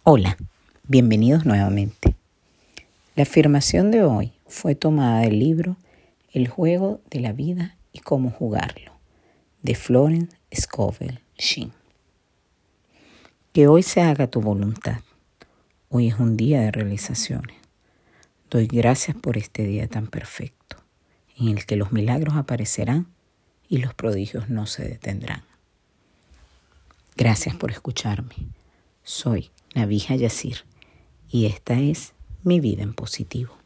Hola, bienvenidos nuevamente. La afirmación de hoy fue tomada del libro El juego de la vida y cómo jugarlo, de Florence Scovel Shinn. Que hoy se haga tu voluntad. Hoy es un día de realizaciones. Doy gracias por este día tan perfecto, en el que los milagros aparecerán y los prodigios no se detendrán. Gracias por escucharme. Soy Nabija Yassir y esta es Mi Vida en Positivo.